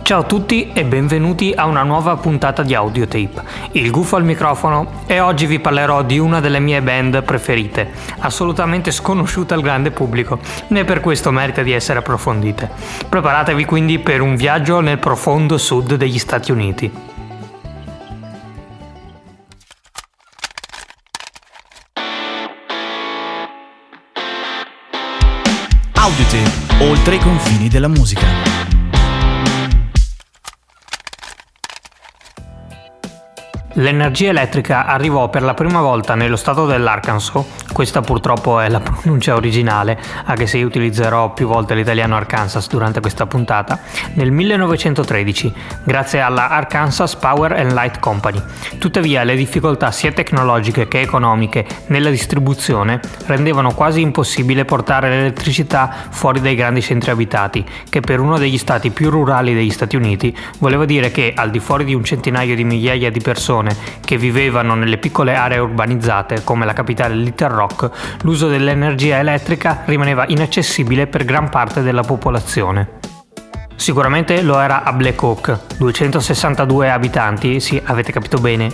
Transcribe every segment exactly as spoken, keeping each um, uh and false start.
Ciao a tutti e benvenuti a una nuova puntata di Audiotape. Il gufo al microfono e oggi vi parlerò di una delle mie band preferite, assolutamente sconosciuta al grande pubblico, né per questo merita di essere approfondite. Preparatevi quindi per un viaggio nel profondo sud degli Stati Uniti. Audiotape, oltre i confini della musica. L'energia elettrica arrivò per la prima volta nello stato dell'Arkansas, questa purtroppo è la pronuncia originale, anche se io utilizzerò più volte l'italiano Arkansas durante questa puntata, nel millenovecentotredici, grazie alla Arkansas Power and Light Company. Tuttavia le difficoltà sia tecnologiche che economiche nella distribuzione rendevano quasi impossibile portare l'elettricità fuori dai grandi centri abitati, che per uno degli stati più rurali degli Stati Uniti voleva dire che al di fuori di un centinaio di migliaia di persone che vivevano nelle piccole aree urbanizzate come la capitale Little Rock, l'uso dell'energia elettrica rimaneva inaccessibile per gran parte della popolazione. Sicuramente lo era a Black Oak, duecentosessantadue abitanti, sì, avete capito bene,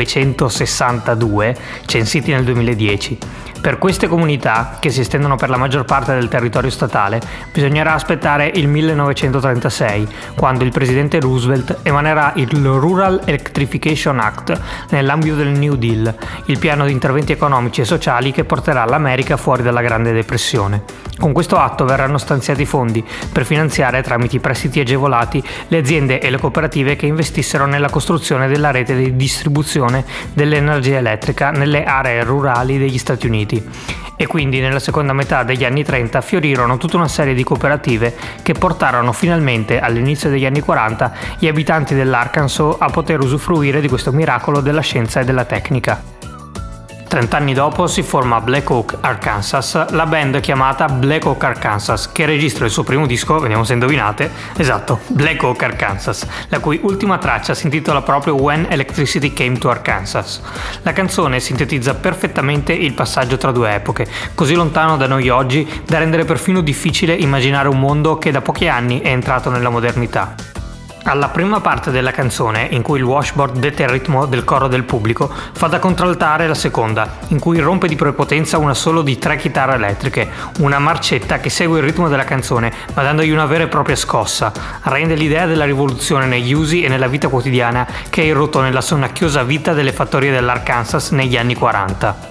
duecentosessantadue, censiti nel duemiladieci. Per queste comunità, che si estendono per la maggior parte del territorio statale, bisognerà aspettare il millenovecentotrentasei, quando il presidente Roosevelt emanerà il Rural Electrification Act nell'ambito del New Deal, il piano di interventi economici e sociali che porterà l'America fuori dalla Grande Depressione. Con questo atto verranno stanziati fondi per finanziare, tramite prestiti agevolati, le aziende e le cooperative che investissero nella costruzione della rete di distribuzione dell'energia elettrica nelle aree rurali degli Stati Uniti. E quindi nella seconda metà degli anni trenta fiorirono tutta una serie di cooperative che portarono finalmente all'inizio degli anni quaranta gli abitanti dell'Arkansas a poter usufruire di questo miracolo della scienza e della tecnica. Trent'anni dopo si forma Black Oak, Arkansas, la band chiamata Black Oak Arkansas, che registra il suo primo disco, vediamo se indovinate, esatto, Black Oak Arkansas, la cui ultima traccia si intitola proprio When Electricity Came to Arkansas. La canzone sintetizza perfettamente il passaggio tra due epoche, così lontano da noi oggi da rendere perfino difficile immaginare un mondo che da pochi anni è entrato nella modernità. Alla prima parte della canzone, in cui il washboard detta il ritmo del coro del pubblico, fa da contraltare la seconda, in cui rompe di prepotenza una solo di tre chitarre elettriche, una marcetta che segue il ritmo della canzone, ma dandogli una vera e propria scossa. Rende l'idea della rivoluzione negli usi e nella vita quotidiana che è irrotto nella sonnacchiosa vita delle fattorie dell'Arkansas negli anni quaranta.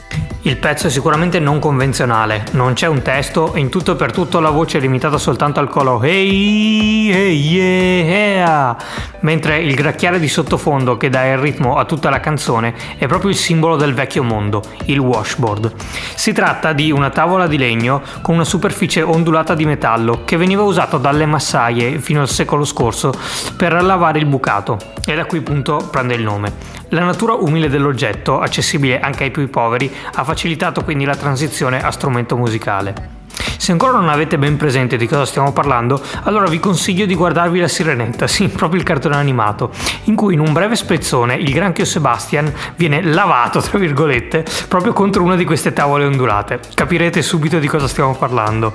Il pezzo è sicuramente non convenzionale, non c'è un testo e in tutto e per tutto la voce è limitata soltanto al coro hey, hey, yeah, yeah, mentre il gracchiare di sottofondo che dà il ritmo a tutta la canzone è proprio il simbolo del vecchio mondo, il washboard. Si tratta di una tavola di legno con una superficie ondulata di metallo che veniva usato dalle massaie fino al secolo scorso per lavare il bucato e da qui appunto prende il nome. La natura umile dell'oggetto, accessibile anche ai più poveri, ha facilitato quindi la transizione a strumento musicale. Se ancora non avete ben presente di cosa stiamo parlando, allora vi consiglio di guardarvi La Sirenetta, sì, proprio il cartone animato, in cui in un breve spezzone il granchio Sebastian viene lavato, tra virgolette, proprio contro una di queste tavole ondulate. Capirete subito di cosa stiamo parlando.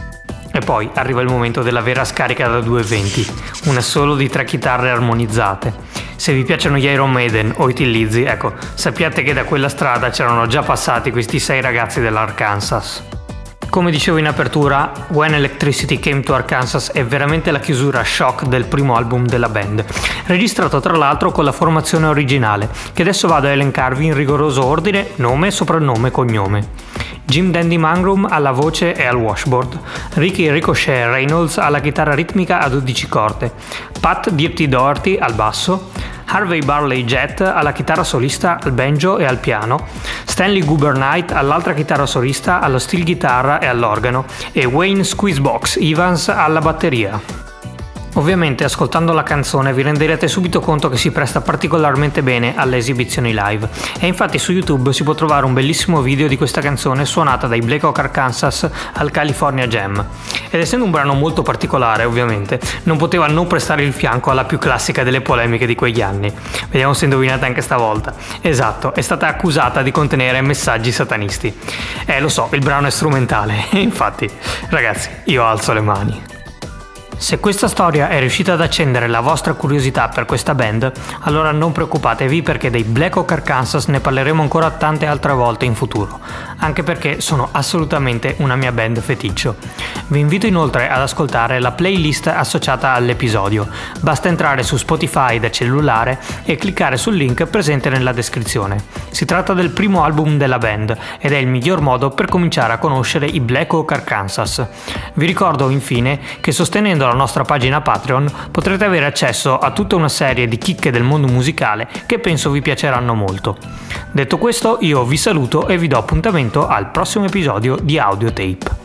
E poi arriva il momento della vera scarica da duecentoventi, una solo di tre chitarre armonizzate. Se vi piacciono gli Iron Maiden o i Thin Lizzy, ecco, sappiate che da quella strada c'erano già passati questi sei ragazzi dell'Arkansas. Come dicevo in apertura, When Electricity Came to Arkansas è veramente la chiusura shock del primo album della band, registrato tra l'altro con la formazione originale, che adesso vado a elencarvi in rigoroso ordine, nome, soprannome, cognome. Jim Dandy Mangrum alla voce e al washboard, Ricky Ricochet Reynolds alla chitarra ritmica a dodici corde, Pat Dirty Doherty al basso, Harvey Barley Jett alla chitarra solista, al banjo e al piano, Stanley Gubernight all'altra chitarra solista, allo steel chitarra e all'organo e Wayne Squeezebox Evans alla batteria. Ovviamente ascoltando la canzone vi renderete subito conto che si presta particolarmente bene alle esibizioni live e infatti su YouTube si può trovare un bellissimo video di questa canzone suonata dai Black Oak Arkansas al California Jam. Ed essendo un brano molto particolare ovviamente non poteva non prestare il fianco alla più classica delle polemiche di quegli anni. Vediamo se indovinate anche stavolta. Esatto, è stata accusata di contenere messaggi satanisti. Eh lo so, il brano è strumentale e infatti ragazzi io alzo le mani. Se questa storia è riuscita ad accendere la vostra curiosità per questa band, allora non preoccupatevi perché dei Black Oak Arkansas ne parleremo ancora tante altre volte in futuro, anche perché sono assolutamente una mia band feticcio. Vi invito inoltre ad ascoltare la playlist associata all'episodio. Basta entrare su Spotify da cellulare e cliccare sul link presente nella descrizione. Si tratta del primo album della band ed è il miglior modo per cominciare a conoscere i Black Oak Arkansas. Vi ricordo infine che sostenendo la nostra pagina Patreon potrete avere accesso a tutta una serie di chicche del mondo musicale che penso vi piaceranno molto. Detto questo, io vi saluto e vi do appuntamento al prossimo episodio di Audiotape.